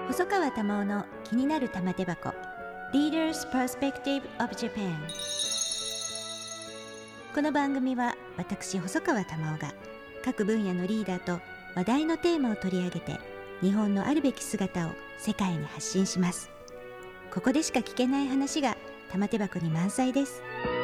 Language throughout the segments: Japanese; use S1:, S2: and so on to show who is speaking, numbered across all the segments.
S1: 細川珠緒の気になる玉手箱 Leaders Perspective of Japan。 この番組は私細川珠緒が各分野のリーダーと話題のテーマを取り上げて日本のあるべき姿を世界に発信します。ここでしか聞けない話が玉手箱に満載です。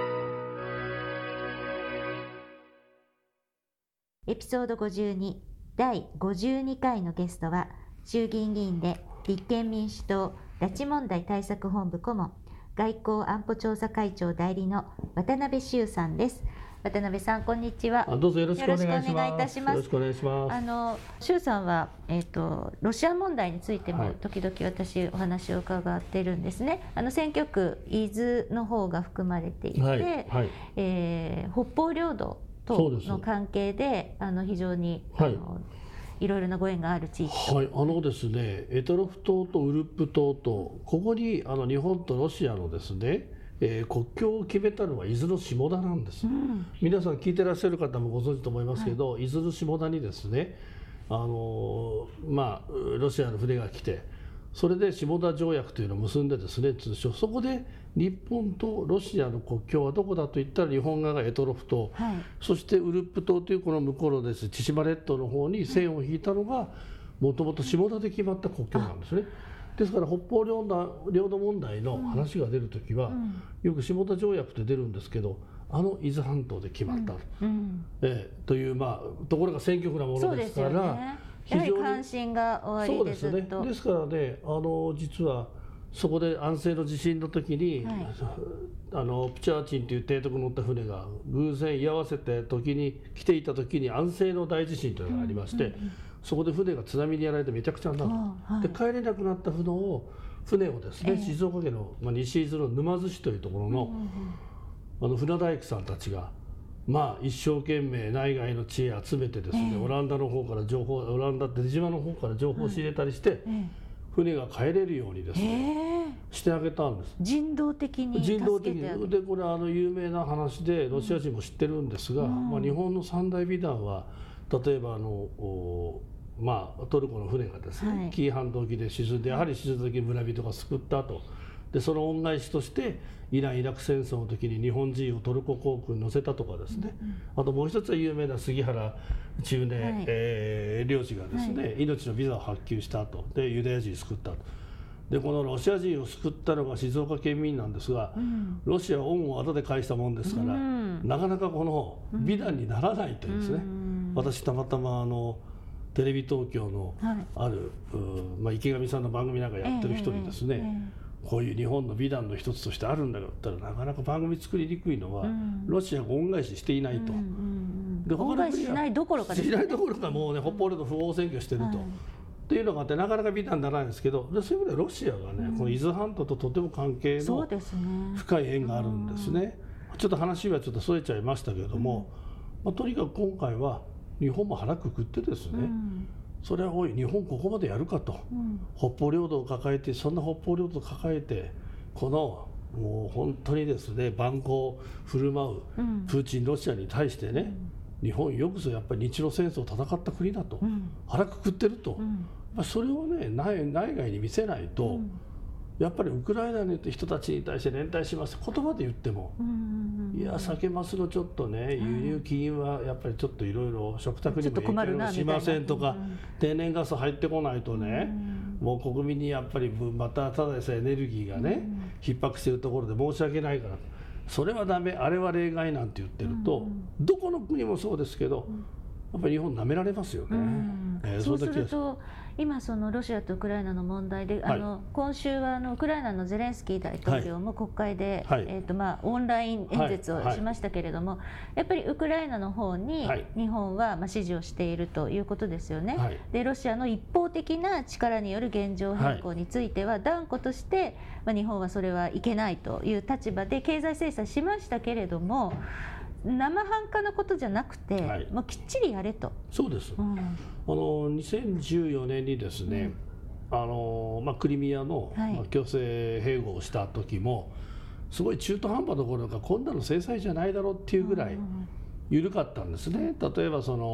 S1: エピソード52第52回のゲストは衆議院議員で立憲民主党拉致問題対策本部顧問外交安保調査会長代理の渡辺修さんです。渡辺さん、こんにちは。
S2: どうぞよろしくお願いします。
S1: よろしくお願いいたします。
S2: よろしくお願いします。
S1: 修さんは、ロシア問題についても時々私お話を伺っているんですね。選挙区伊豆の方が含まれていて、北方領土との関係で非常にいろいろなご縁がある地域と、
S2: ですね、択捉島とウルップ島とここに日本とロシアのですね、国境を決めたのは伊豆の下田なんです、皆さん聞いてらっしゃる方もご存知と思いますけど、伊豆の下田にですねロシアの船が来て、それで下田条約というのを結んでですね、通称そこで日本とロシアの国境はどこだといったら日本側が択捉島、そしてウルップ島というこの向こうのです千島列島の方に線を引いたのがもともと下田で決まった国境なんですね。ですから北方領土問題の話が出るときは、よく下田条約って出るんですけど、伊豆半島で決まった、というところが選挙区なものですから、
S1: やはり関心がおありでずっと。
S2: ですからね、実はそこで安政の地震の時に、プチャーチンという提督の乗った船が偶然居合わせて来ていた時に安政の大地震というのがありまして、そこで船が津波にやられてめちゃくちゃになった、で帰れなくなった船をですね、静岡県の、西伊豆の沼津市というところの、船大工さんたちが一生懸命内外の知恵集めてですね、オランダの方から情報、オランダって出島の方から情報を仕入れたりして、船が帰れるようにですね、してあげたんです。
S1: 人道的に助けてあげる。
S2: でこれ有名な話でロシア人も知ってるんですが、日本の三大美談は例えばトルコの船がですね、紀伊半島沖で沈んで、やはり沈んだ時に村人が救ったと。でその恩返しとしてイラン・イラク戦争の時に日本人をトルコ航空に乗せたとかですね、あともう一つは有名な杉原中根領事がですね、命のビザを発給したと。でユダヤ人を救ったと。でこのロシア人を救ったのが静岡県民なんですが、ロシアは恩を後で返したもんですから、なかなかこの美談にならないというですね、私たまたまテレビ東京のある、池上さんの番組なんかやってる人にですね、こういう日本の美談の一つとしてあるんだけどって言ったら、なかなか番組作りにくいのは、ロシアが恩返ししていないと。
S1: で恩返ししないどころかですね、
S2: しないどころかもうね、北方領土不法占拠してると。っていうのがあって、なかなか美談にならないんですけど、そういう意味でロシアがね、この伊豆半島ととても関係の深い縁があるんですね。ちょっと話はちょっとそれちゃいましたけれども、とにかく今回は日本も腹くくってですね、それはおい日本ここまでやるかと、北方領土を抱えて、そんな北方領土を抱えてこのもう本当にですね蛮行振る舞うプーチンロシアに対してね、日本よくぞやっぱり日露戦争を戦った国だと、腹くくってると、それをね内外に見せないと、やっぱりウクライナの人たちに対して連帯します言葉で言っても、いや酒ますのちょっとね、輸入金はやっぱりちょっといろいろ食卓にも影響しませんとか、天然ガス入ってこないとね、もう国民にやっぱりまたただでさえエネルギーがね逼迫しているところで申し訳ないから、それはダメ、あれは例外なんて言ってると、どこの国もそうですけど、やっぱり日本なめられますよね。
S1: そうすると今そのロシアとウクライナの問題で、今週はウクライナのゼレンスキー大統領も国会で、オンライン演説をしましたけれども、やっぱりウクライナの方に日本は支持をしているということですよね。でロシアの一方的な力による現状変更については断固として、日本はそれはいけないという立場で経済制裁しましたけれども、生半可なことじゃなくて、もうきっちりやれと。
S2: そうです、2014年にですね、クリミアの強制併合をした時も、すごい中途半端どころかこんなの制裁じゃないだろうっていうぐらい緩かったんですね。例えば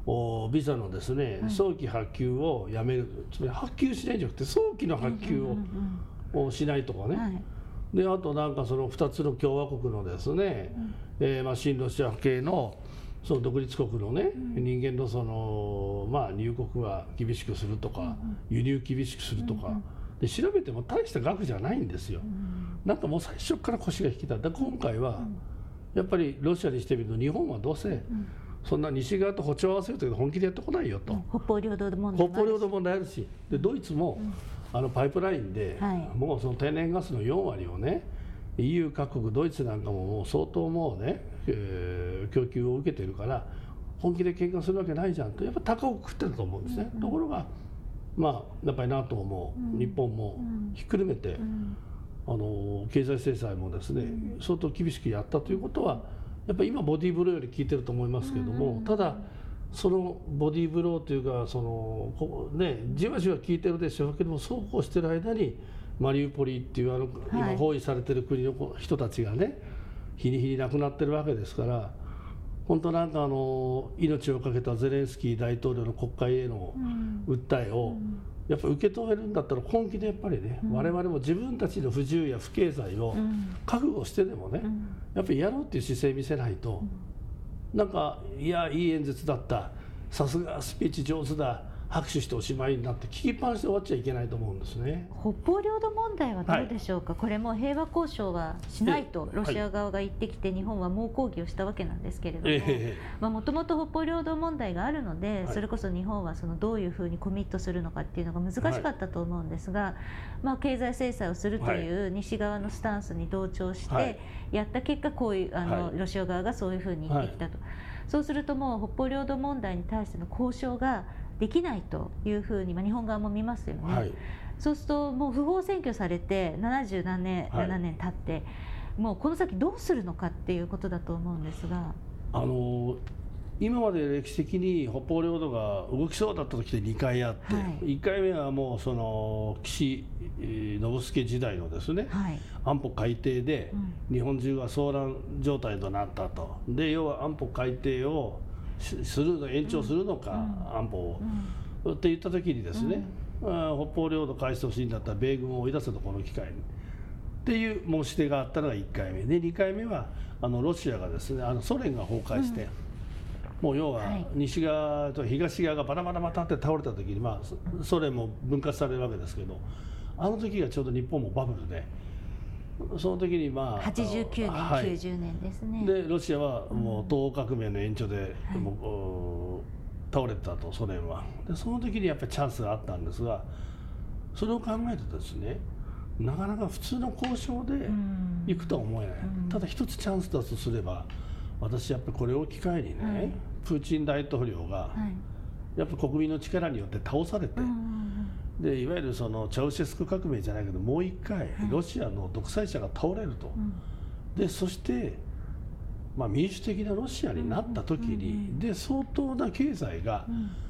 S2: ビザのですね、早期発給をやめる、つまり発給しないんじゃなくて早期の発給をしないとかね、であとなんかその2つの共和国のですね、親ロシア系のその独立国のね、人間のその、入国は厳しくするとか、輸入厳しくするとか、で調べても大した額じゃないんですよ。なんかもう最初から腰が引き立って、今回はやっぱりロシアにしてみると日本はどうせそんな西側と歩調を合わせるという本気でやってこないよと、
S1: 北方領土問
S2: 題あるし、でドイツもパイプラインで、もうその天然ガスの4割をね EU 各国、ドイツなんかももう相当もうね、供給を受けてるから本気で喧嘩するわけないじゃんと、やっぱ高く食ってると思うんですね。ところがやっぱり NATO も日本もひっくるめて、経済制裁もですね相当厳しくやったということは、やっぱり今ボディーブローより効いてると思いますけども、ただそのボディーブローというかじわじわ効いてるでしょうけども、そうこうしてる間にマリウポリっていう今包囲されてる国の人たちがね日に日に亡くなってるわけですから、本当なんか命を懸けたゼレンスキー大統領の国会への訴えをやっぱり受け止めるんだったら本気でやっぱりね、我々も自分たちの不自由や不経済を覚悟してでもね、やっぱりやろうっていう姿勢見せないと、なんかいい演説だった、さすがスピーチ上手だ、拍手しておしまいになって聞きっぱなしで終わっちゃいけないと思うんですね。
S1: 北方領土問題はどうでしょうか。これも平和交渉はしないとロシア側が言ってきて、日本は猛抗議をしたわけなんですけれども、もともと北方領土問題があるので、それこそ日本はどういうふうにコミットするのかっていうのが難しかったと思うんですが、経済制裁をするという西側のスタンスに同調してやった結果、こういうロシア側がそういうふうに言ってきたと。そうするともう北方領土問題に対しての交渉ができないというふうに日本側も見ますよね。そうするともう不法占拠されて70何年、7年経って、もうこの先どうするのかっていうことだと思うんですが、
S2: 今まで歴史的に北方領土が動きそうだった時で2回あって、1回目はもうその岸信介時代のですね、安保改定で日本中が騒乱状態となったと。で要は安保改定を延長するのか、安保を、って言った時にですね、北方領土返してほしいんだったら米軍を追い出せと、この機会にっていう申し出があったのが1回目で、2回目はロシアがですねソ連が崩壊して、もう要は西側と東側がバラバラバタって倒れた時に、ソ連も分割されるわけですけど、あの時がちょうど日本もバブルで、その時に
S1: 89年、90年ですね。
S2: でロシアはもう東欧革命の延長でもう倒れてたと、ソ連は。でその時にやっぱりチャンスがあったんですが、それを考えるとですね、なかなか普通の交渉でいくとは思えない。ただ一つチャンスだとすれば、私やっぱりこれを機会にね、プーチン大統領がやっぱ国民の力によって倒されて、でいわゆるそのチャウシェスク革命じゃないけど、もう一回ロシアの独裁者が倒れると、でそして民主的なロシアになった時に、で相当な経済が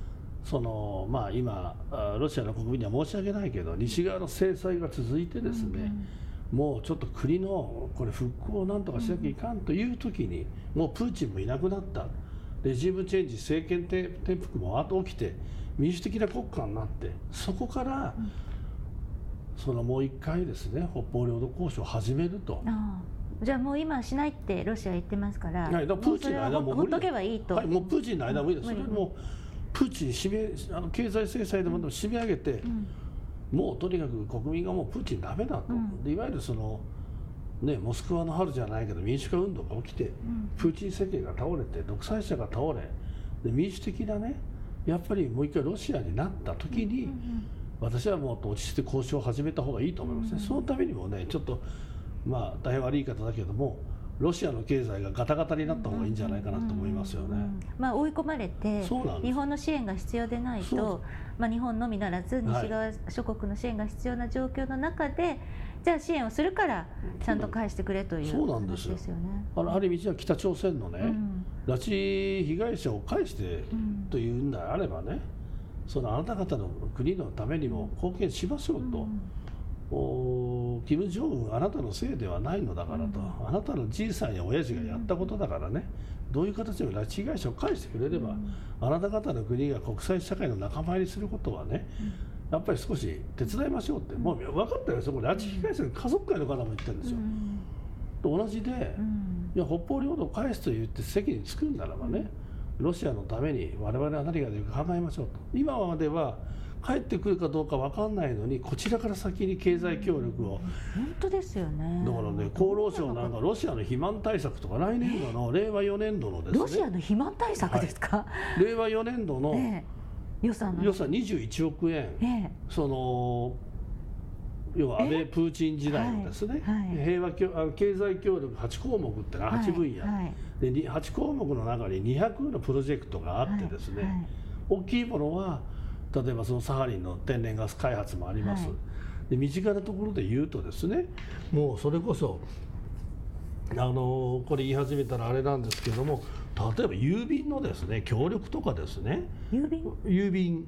S2: 今ロシアの国民には申し訳ないけど、西側の制裁が続いてですね、もうちょっと国のこれ復興をなんとかしなきゃいかんという時に、もうプーチンもいなくなった、レジームチェンジ、政権転覆も起きて民主的な国家になって、そこからもう一回ですね北方領土交渉を始めると。
S1: じゃあもう今しないってロシア言ってますから、
S2: プーチンの間も
S1: ほっとけばいいと。
S2: もうプーチンの間もいいです。それもプーチン経済制裁でも締め上げて、もうとにかく国民がもうプーチンダメだと、でいわゆるモスクワの春じゃないけど民主化運動が起きて、プーチン政権が倒れて独裁者が倒れ、で民主的なね、やっぱりもう一回ロシアになった時に、私はもっと落ち着いて交渉を始めた方がいいと思いますね。そのためにもね、ちょっと大変悪い言い方だけども、ロシアの経済がガタガタになった方がいいんじゃないかなと思いますよね。
S1: 追い込まれて日本の支援が必要でないと、日本のみならず西側諸国の支援が必要な状況の中で、じゃあ支援をするからちゃんと返してくれという話ですよね。
S2: ある意味、北朝鮮のね、拉致被害者を返してというんであればね、あなた方の国のためにも貢献しましょうと。 金正恩あなたのせいではないのだからと、あなたのじいさんや親父がやったことだからね、どういう形でも拉致被害者を返してくれれば、あなた方の国が国際社会の仲間入りすることはね、やっぱり少し手伝いましょうって、もう分かったよ、そこ拉致被害者の家族会の方も言ってるんですよ。と同じで、いや北方領土を返すと言って席に着くんならばね、ロシアのために我々は何ができるか考えましょうと。今までは帰ってくるかどうか分かんないのに、こちらから先に経済協力を、
S1: 本当ですよね。
S2: だからね、厚労省なんかロシアの肥満対策とか、来年度の令和4年度のですね、
S1: ロシアの肥満対策ですか、
S2: はい、令和4年度の予算21億円、その要は安倍プーチン時代のですね、平和経済協力8項目ってのは8分野、で8項目の中に200のプロジェクトがあってですね、大きいものは例えばそのサハリンの天然ガス開発もあります、で身近なところで言うとですね、もうそれこそこれ言い始めたらあれなんですけども、例えば郵便のですね協力とかですね、郵便もう郵便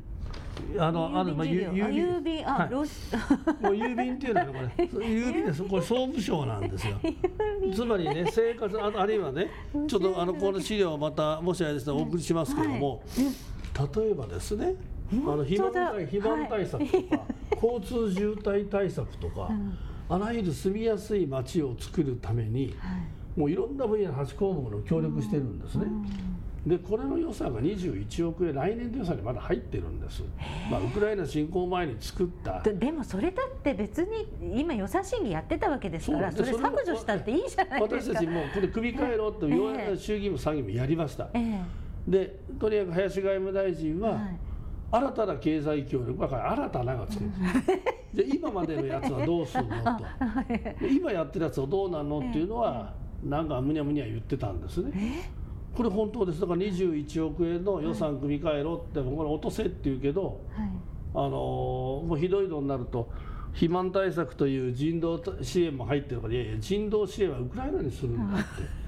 S2: っていうのはこれ郵便です、これ総務省なんですよ。つまりね、生活あるいはね、ちょっとこの資料をまたもしあれですとお送りしますけども、例えばですね、肥満対策とか、交通渋滞対策とか、あらゆる住みやすい街を作るために、もういろんな分野の8項目の協力してるんですね。でこれの予算が21億円、来年度予算にまだ入ってるんです。ウクライナ侵攻前に作った。
S1: でもそれだって別に今予算審議やってたわけですから、それ削除したっていいじゃないですか。
S2: 私たちもこれ組み替えろって、ようやく衆議院も参議院もやりました。でとにかく林外務大臣は、新たな経済協力、だから新たながつくんですで今までのやつはどうするのと今やってるやつはどうなのっていうのは、なんかむにゃむにゃ言ってたんですね。これ本当です。だから21億円の予算組み替えろって、これ落とせって言うけど、もうひどいのになると、肥満対策という人道支援も入ってるから、いやいや人道支援はウクライナにするんだって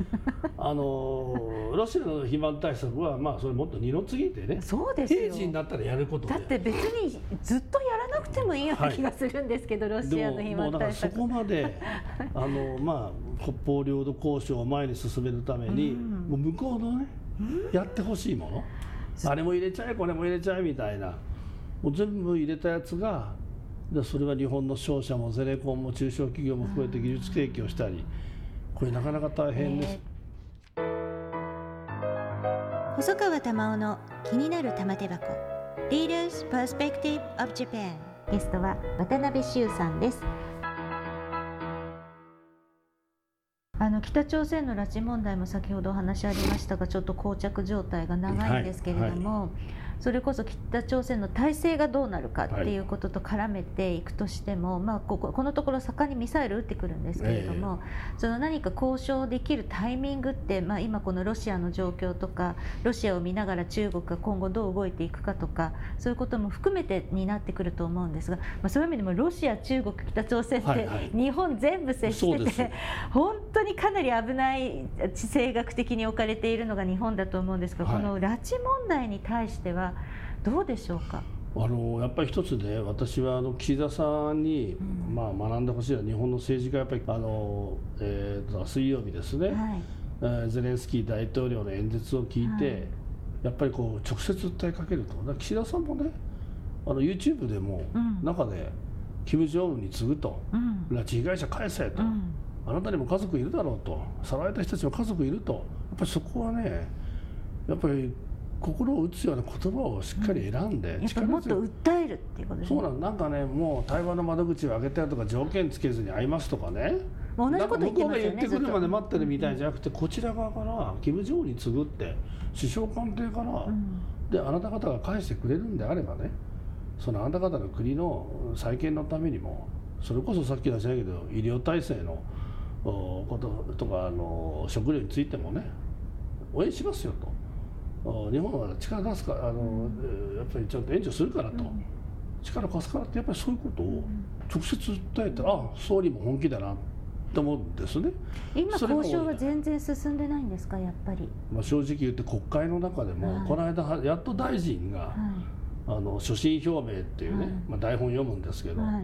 S2: ロシアの肥満対策はそれもっと二の次でね、
S1: そうですよ、
S2: 平時になったらやることで、
S1: だって別にずっとやらなくてもいいような気がするんですけど、ロシアの肥満対策。
S2: でもだからそこまで北方領土交渉を前に進めるために、もう向こうのね、やってほしいもの、あれも入れちゃえこれも入れちゃえみたいな、もう全部入れたやつが、それは日本の商社もゼネコンも中小企業も含めて技術提供したり、これなかなか大変です。
S1: 細川玉緒の気になる玉手箱 Leaders Perspective of Japan、 ゲストは渡辺修さんです。北朝鮮の拉致問題も先ほどお話ありましたが、ちょっと膠着状態が長いんですけれども、それこそ北朝鮮の体制がどうなるかっていうことと絡めていくとしても、このところ盛んにミサイル撃ってくるんですけれども、その何か交渉できるタイミングって、今このロシアの状況とか、ロシアを見ながら中国が今後どう動いていくかとか、そういうことも含めてになってくると思うんですが、そういう意味でもロシア、中国、北朝鮮って日本全部接してて、本当にかなり危ない地政学的に置かれているのが日本だと思うんですが、この拉致問題に対してはどうでしょうか。
S2: やっぱり一つね、私は岸田さんに、学んでほしいのは、日本の政治家、やっぱり水曜日ですね、ゼレンスキー大統領の演説を聞いて、やっぱり直接訴えかけると。岸田さんもね、YouTube でも中で金正恩に次ぐと、拉致被害者返せと、あなたにも家族いるだろうと、さらわれた人たちも家族いると、やっぱりそこはね、やっぱり心を打つような言葉をしっかり選んで、
S1: やっぱりもっと訴えるっていうことですね。
S2: そうなんかね、もう対話の窓口を開けてやるとか、条件つけずに会いますとかね、
S1: 同じこと言ってますよね。
S2: 向こうが言ってくるまで待ってるみたいじゃなくて、こちら側から金正恩に次ぐって首相官邸から、であなた方が返してくれるんであればね、そのあなた方の国の再建のためにも、それこそさっき出したけど医療体制のこととか食料についてもね、応援しますよと、日本は力出すからやっぱりちゃんと援助するからと、力貸すからって、やっぱりそういうことを直接訴えたら、総理も本気だなと思うんですね。
S1: 今交渉は全然進んでないんですか、やっぱり。
S2: 正直言って国会の中でも、この間やっと大臣が、所信表明っていうね、台本読むんですけど、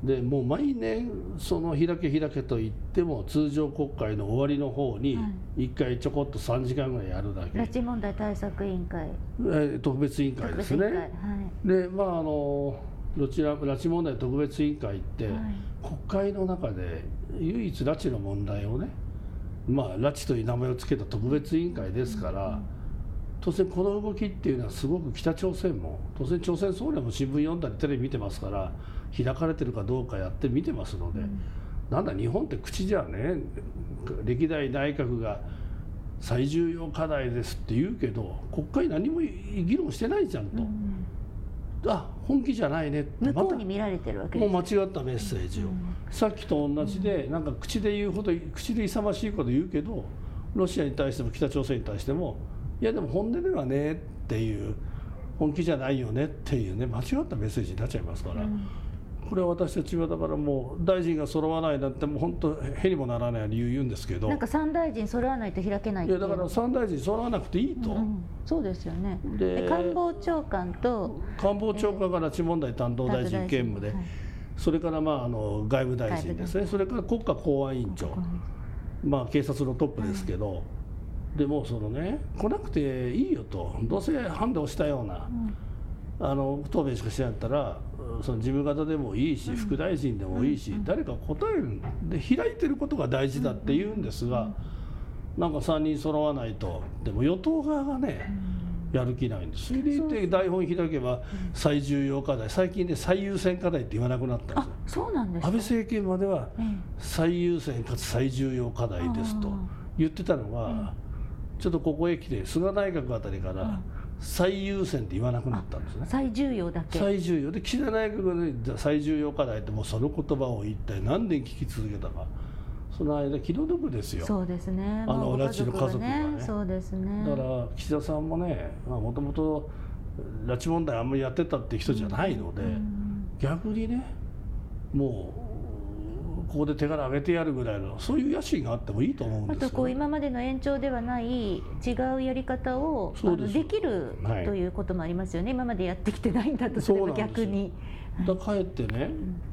S2: でもう毎年その開けと言っても通常国会の終わりの方に1回ちょこっと3時間ぐらいやるだけ、
S1: 拉致問題対策委員会、
S2: 特別委員会ですね、はい、でまあどちら拉致問題特別委員会って、はい、国会の中で唯一拉致の問題をね、まあ拉致という名前を付けた特別委員会ですから、当然この動きっていうのはすごく北朝鮮も当然朝鮮総連も新聞読んだりテレビ見てますから開かれてるかどうかやって見てますので、なんだ日本って口じゃね歴代内閣が最重要課題ですって言うけど国会何も議論してないじゃんと、あ本気じゃないねって
S1: 向こうに見られてるわけです、
S2: もう間違ったメッセージを、さっきと同じでなんか口で勇ましいこと言うけどロシアに対しても北朝鮮に対してもいやでも本音ではねっていう本気じゃないよねっていうね間違ったメッセージになっちゃいますから、これは私たちはだからもう大臣が揃わないなんてもう本当へにもならない理由言うんですけど、
S1: なんか3大臣揃わないと開けないっていう。
S2: いやだから3大臣揃わなくていいと、
S1: そうですよね。で官房長官と
S2: 官房長官が拉致問題担当大臣兼務で、それからまあ外務大臣ですね、それから国家公安委員長、まあ警察のトップですけど、でもそのね来なくていいよと、どうせハンデをしたような、答弁しかしなかったらその事務方でもいいし副大臣でもいいし、誰か答えるで開いてることが大事だって言うんですが、なんか3人揃わないと、でも与党側がねやる気ないんです。それでいて台本開けば最重要課題、最近で最優先課題って言わなくなったんですよ。
S1: そうなんですか。
S2: 安倍政権までは最優先かつ最重要課題ですと言ってたのが、ちょっとここへ来て菅内閣あたりから最優先って言わなくなったんですね。
S1: 最重要だけ。最
S2: 重要で岸田内閣で最重要課題ってもうその言葉を一体何年聞き続けたか。その間気の毒ですよ。
S1: そうですね。
S2: 拉致の家族がね。
S1: そうですね。
S2: だから岸田さんもね、もともと拉致問題あんまりやってたって人じゃないので、逆にねもうここで手柄上げてやるぐらいのそういう野心があってもいいと思うんですよ、ね。あと
S1: 今までの延長ではない違うやり方をできるということもありますよね。今までやってきてないんだとすれば逆に。
S2: だからかえってね、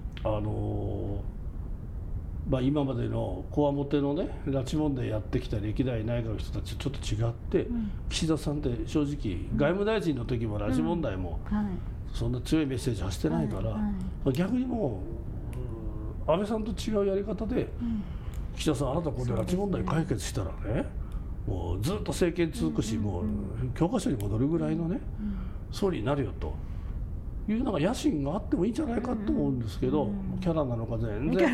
S2: 今までのこわもてのね拉致問題やってきた歴代内閣の人たちとちょっと違って、岸田さんって正直外務大臣の時も拉致問題もそんな強いメッセージ発してないから、逆にもう安倍さんと違うやり方で、岸田さんあなたここで拉致問題解決したらねもうずっと政権続くし、もう教科書に戻るぐらいのね総理になるよというなんか野心があってもいいんじゃないかと思うんですけど、キャラなのか全然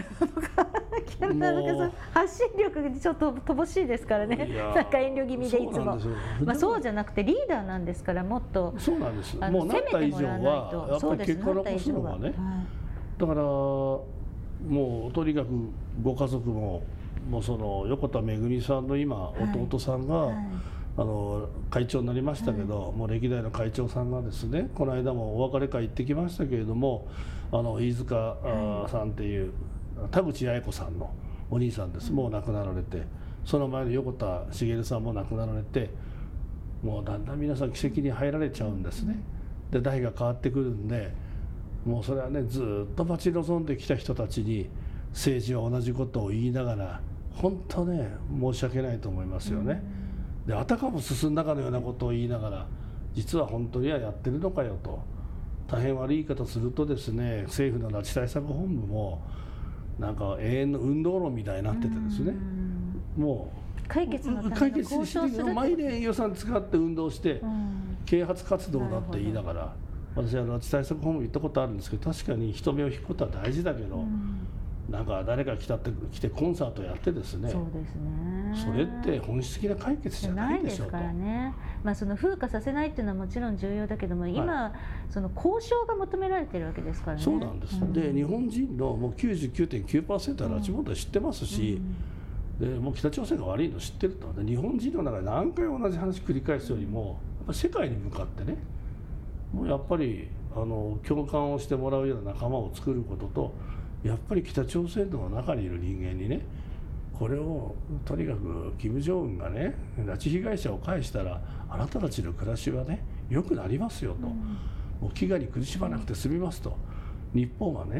S1: 発信力がちょっと乏しいですからね。なんか遠慮気味でいつも。そうじゃなくてリーダーなんですから、もっと
S2: そうなんです。もうなった以上はやっぱり結果残すのがね。だからもうとにかくご家族もその横田めぐみさんの今弟さんが、会長になりましたけど、もう歴代の会長さんがですね、この間もお別れ会行ってきましたけれども、飯塚さんっていう田口八重子さんのお兄さんです。もう亡くなられて、その前の横田滋さんも亡くなられて、もうだんだん皆さん奇跡に入られちゃうんですね。で代が変わってくるんで、もうそれはねずっと待ち望んできた人たちに政治は同じことを言いながら、本当ね申し訳ないと思いますよね。であたかも進んだかのようなことを言いながら、実は本当にはやってるのかよと。大変悪い言い方するとですね、政府の拉致対策本部もなんか永遠の運動論みたいになっててですね、もう
S1: 解決のための交渉する、
S2: 毎年予算使って運動して啓発活動だって言いながら、私は拉致対策本部行ったことあるんですけど、確かに人目を引くことは大事だけど、なんか誰か来てコンサートやってですね、
S1: そうですね、
S2: それって本質的な解決じゃないでしょうと。
S1: ないですからね。その風化させないっていうのはもちろん重要だけども、今、その交渉が求められてるわけですからね。
S2: そうなんです。で日本人のもう 99.9% は拉致問題知ってますし、でもう北朝鮮が悪いの知ってると。で日本人の中で何回同じ話繰り返すよりも、やっぱ世界に向かってね、もうやっぱり共感をしてもらうような仲間を作ることと、やっぱり北朝鮮の中にいる人間にね、これをとにかく金正恩がね拉致被害者を返したらあなたたちの暮らしはね良くなりますよと、もう飢餓に苦しまなくて済みますと。日本はね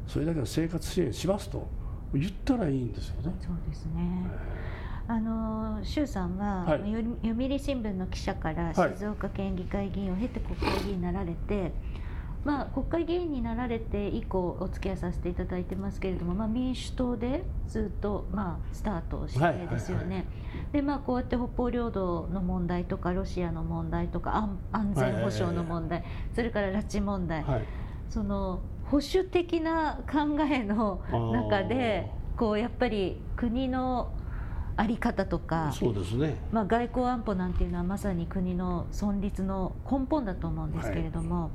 S2: それだけの生活支援しますと言ったらいいんですよね。
S1: そうですね。周さんは、はい、読売新聞の記者から静岡県議会議員を経て国会議員になられて、国会議員になられて以降お付き合いさせていただいてますけれども、民主党でずっと、スタートしてですよね。でこうやって北方領土の問題とかロシアの問題とか安全保障の問題、それから拉致問題、その保守的な考えの中でやっぱり国の在り方とか、
S2: そうですね、
S1: 外交安保なんていうのはまさに国の存立の根本だと思うんですけれども、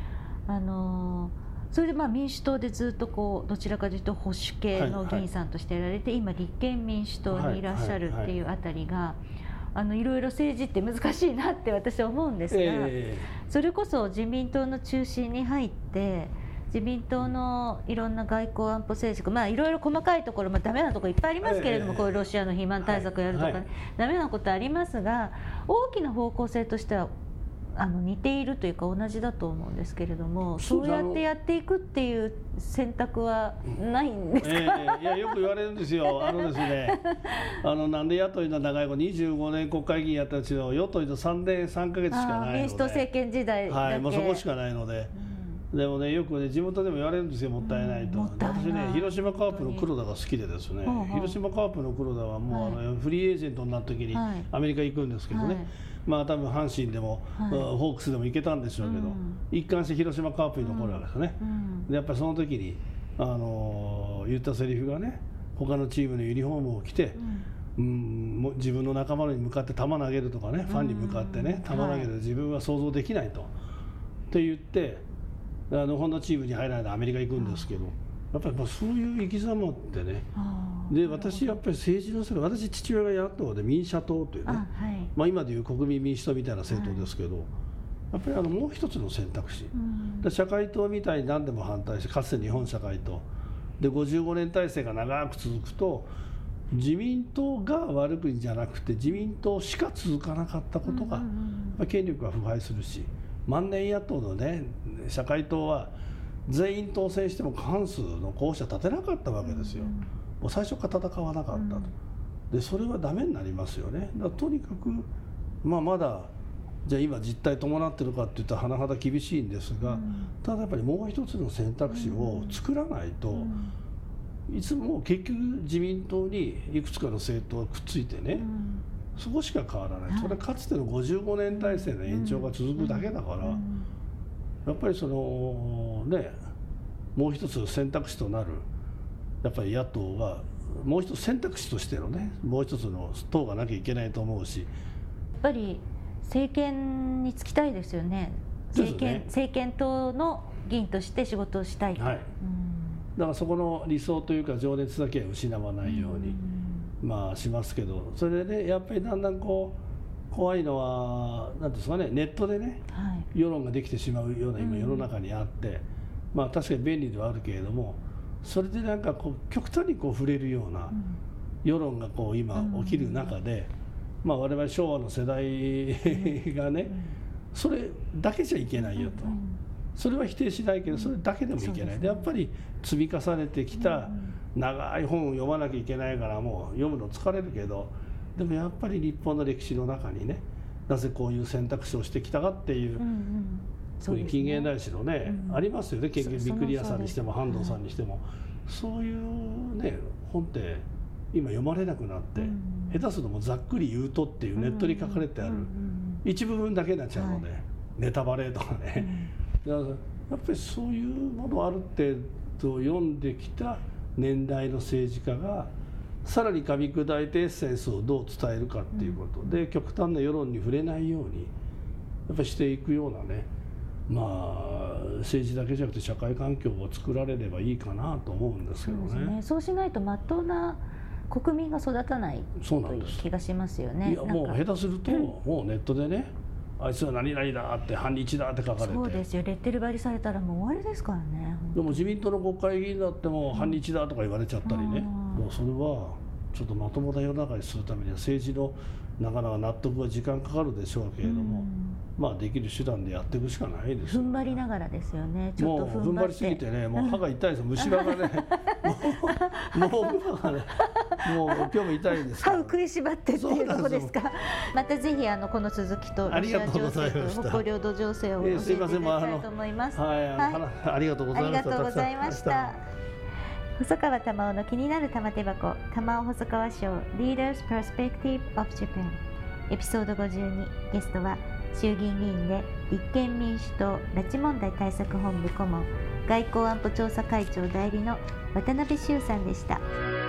S1: それで民主党でずっとどちらかというと保守系の議員さんとしてやられて、今立憲民主党にいらっしゃるっていうあたりが、いろいろ政治って難しいなって私は思うんですが、それこそ自民党の中心に入って自民党のいろんな外交安保政策、いろいろ細かいところ、ダメなところいっぱいありますけれども、こういうロシアの肥満対策をやるとか、ダメなことありますが、大きな方向性としては似ているというか同じだと思うんですけれども、そうやってやっていくっていう選択はないんですか？
S2: いや、よく言われるんですよ。ですね、なんで野党の長い子25年国会議員やったんですけど、与党の3年3ヶ月しかないので、
S1: 民主党政権時代だけ、
S2: もうそこしかないので。でもね、よくね、地元でも言われるんですよ、もったいないと。私ね、広島カープの黒田が好きでですね、広島カープの黒田はもうフリーエージェントになった時にアメリカ行くんですけどね、多分阪神でもホークスでも行けたんでしょうけど、一貫して広島カープに残るわけですよね。でやっぱりその時に言ったセリフがね、他のチームのユニフォームを着て、自分の仲間に向かって球投げるとかね、ファンに向かってね球投げる、自分は想像できないとって言って、本田チームに入らないでアメリカ行くんですけど、やっぱりそういう生き様ってね。で私やっぱり政治の世界、私父親が野党で民社党というね、今でいう国民民主党みたいな政党ですけど、やっぱりもう一つの選択肢、社会党みたいに何でも反対して、かつて日本社会党で55年体制が長く続くと、自民党が悪くじゃなくて自民党しか続かなかったことが、権力が腐敗するし、万年野党のね社会党は全員当選しても過半数の候補者立てなかったわけですよ。もう最初から戦わなかったと。でそれはダメになりますよね。だからとにかくまだじゃあ今実態伴ってるかっていったら甚だ厳しいんですが、ただやっぱりもう一つの選択肢を作らないと、いつも結局自民党にいくつかの政党がくっついてね、そこしか変わらない。それはかつての55年体制の延長が続くだけだから、やっぱりそのね、もう一つ選択肢となるやっぱり野党がもう一つ選択肢としてのね、もう一つの党がなきゃいけないと思うし、やっ
S1: ぱり政権に就きたいですよね。政権党の議員として仕事をしたいと、だ
S2: からそこの理想というか情熱だけは失わないように、しますけど、それでねやっぱりだんだん怖いのは何ですかね、ネットでね、世論ができてしまうような今世の中にあって、確かに便利ではあるけれども、それでなんか極端に触れるような世論が今起きる中で、我々昭和の世代がね、それだけじゃいけないよと、それは否定しないけどそれだけでもいけない。でやっぱり積み重ねてきた長い本を読まなきゃいけないから、もう読むの疲れるけど、でもやっぱり日本の歴史の中にね、なぜこういう選択肢をしてきたかっていう、近現代史のね、ありますよね。近現ビックリアさんにしても半藤さんにしても、そういうね本って今読まれなくなって、下手するともざっくり言うとっていうネットに書かれてある一部分だけになっちゃうので、ネタバレとかね、だからやっぱりそういうものある程度読んできた年代の政治家がさらに噛み砕いてエッセンスをどう伝えるかっていうことで、極端な世論に触れないようにやっぱりしていくようなね、政治だけじゃなくて社会環境を作られればいいかなと思うんですけどね。
S1: そうしないとまっとうな国民が育たないという気がしますよね。
S2: いやもう下手すると、もうネットでね、あいつは何々だって反日だって書かれて、
S1: そうですよ、レッテル貼りされたらもう終わりですからね。
S2: でも自民党の国会議員だっても反日だとか言われちゃったりね、もうそれはちょっとまともな世の中にするためには政治のなかなか納得は時間かかるでしょうけれども、 できる手段でやっていくしかないですよね。
S1: 踏ん張りながらですよね。
S2: ちょっと踏ん張りすぎてね、もう歯が痛いですよ。虫歯がねもう歯がね、もう今日も痛いです
S1: 歯を食いしばってっていうところですか。またぜひこの続きとロシア情勢と北方領土情勢を教えていただきたいと思います。
S2: ありがとうございました。
S1: 細川玉緒の気になる玉手箱、玉緒細川賞 Leaders Perspective of Japan エピソード52、ゲストは衆議院議員で立憲民主党拉致問題対策本部顧問、外交安保調査会長代理の渡辺修さんでした。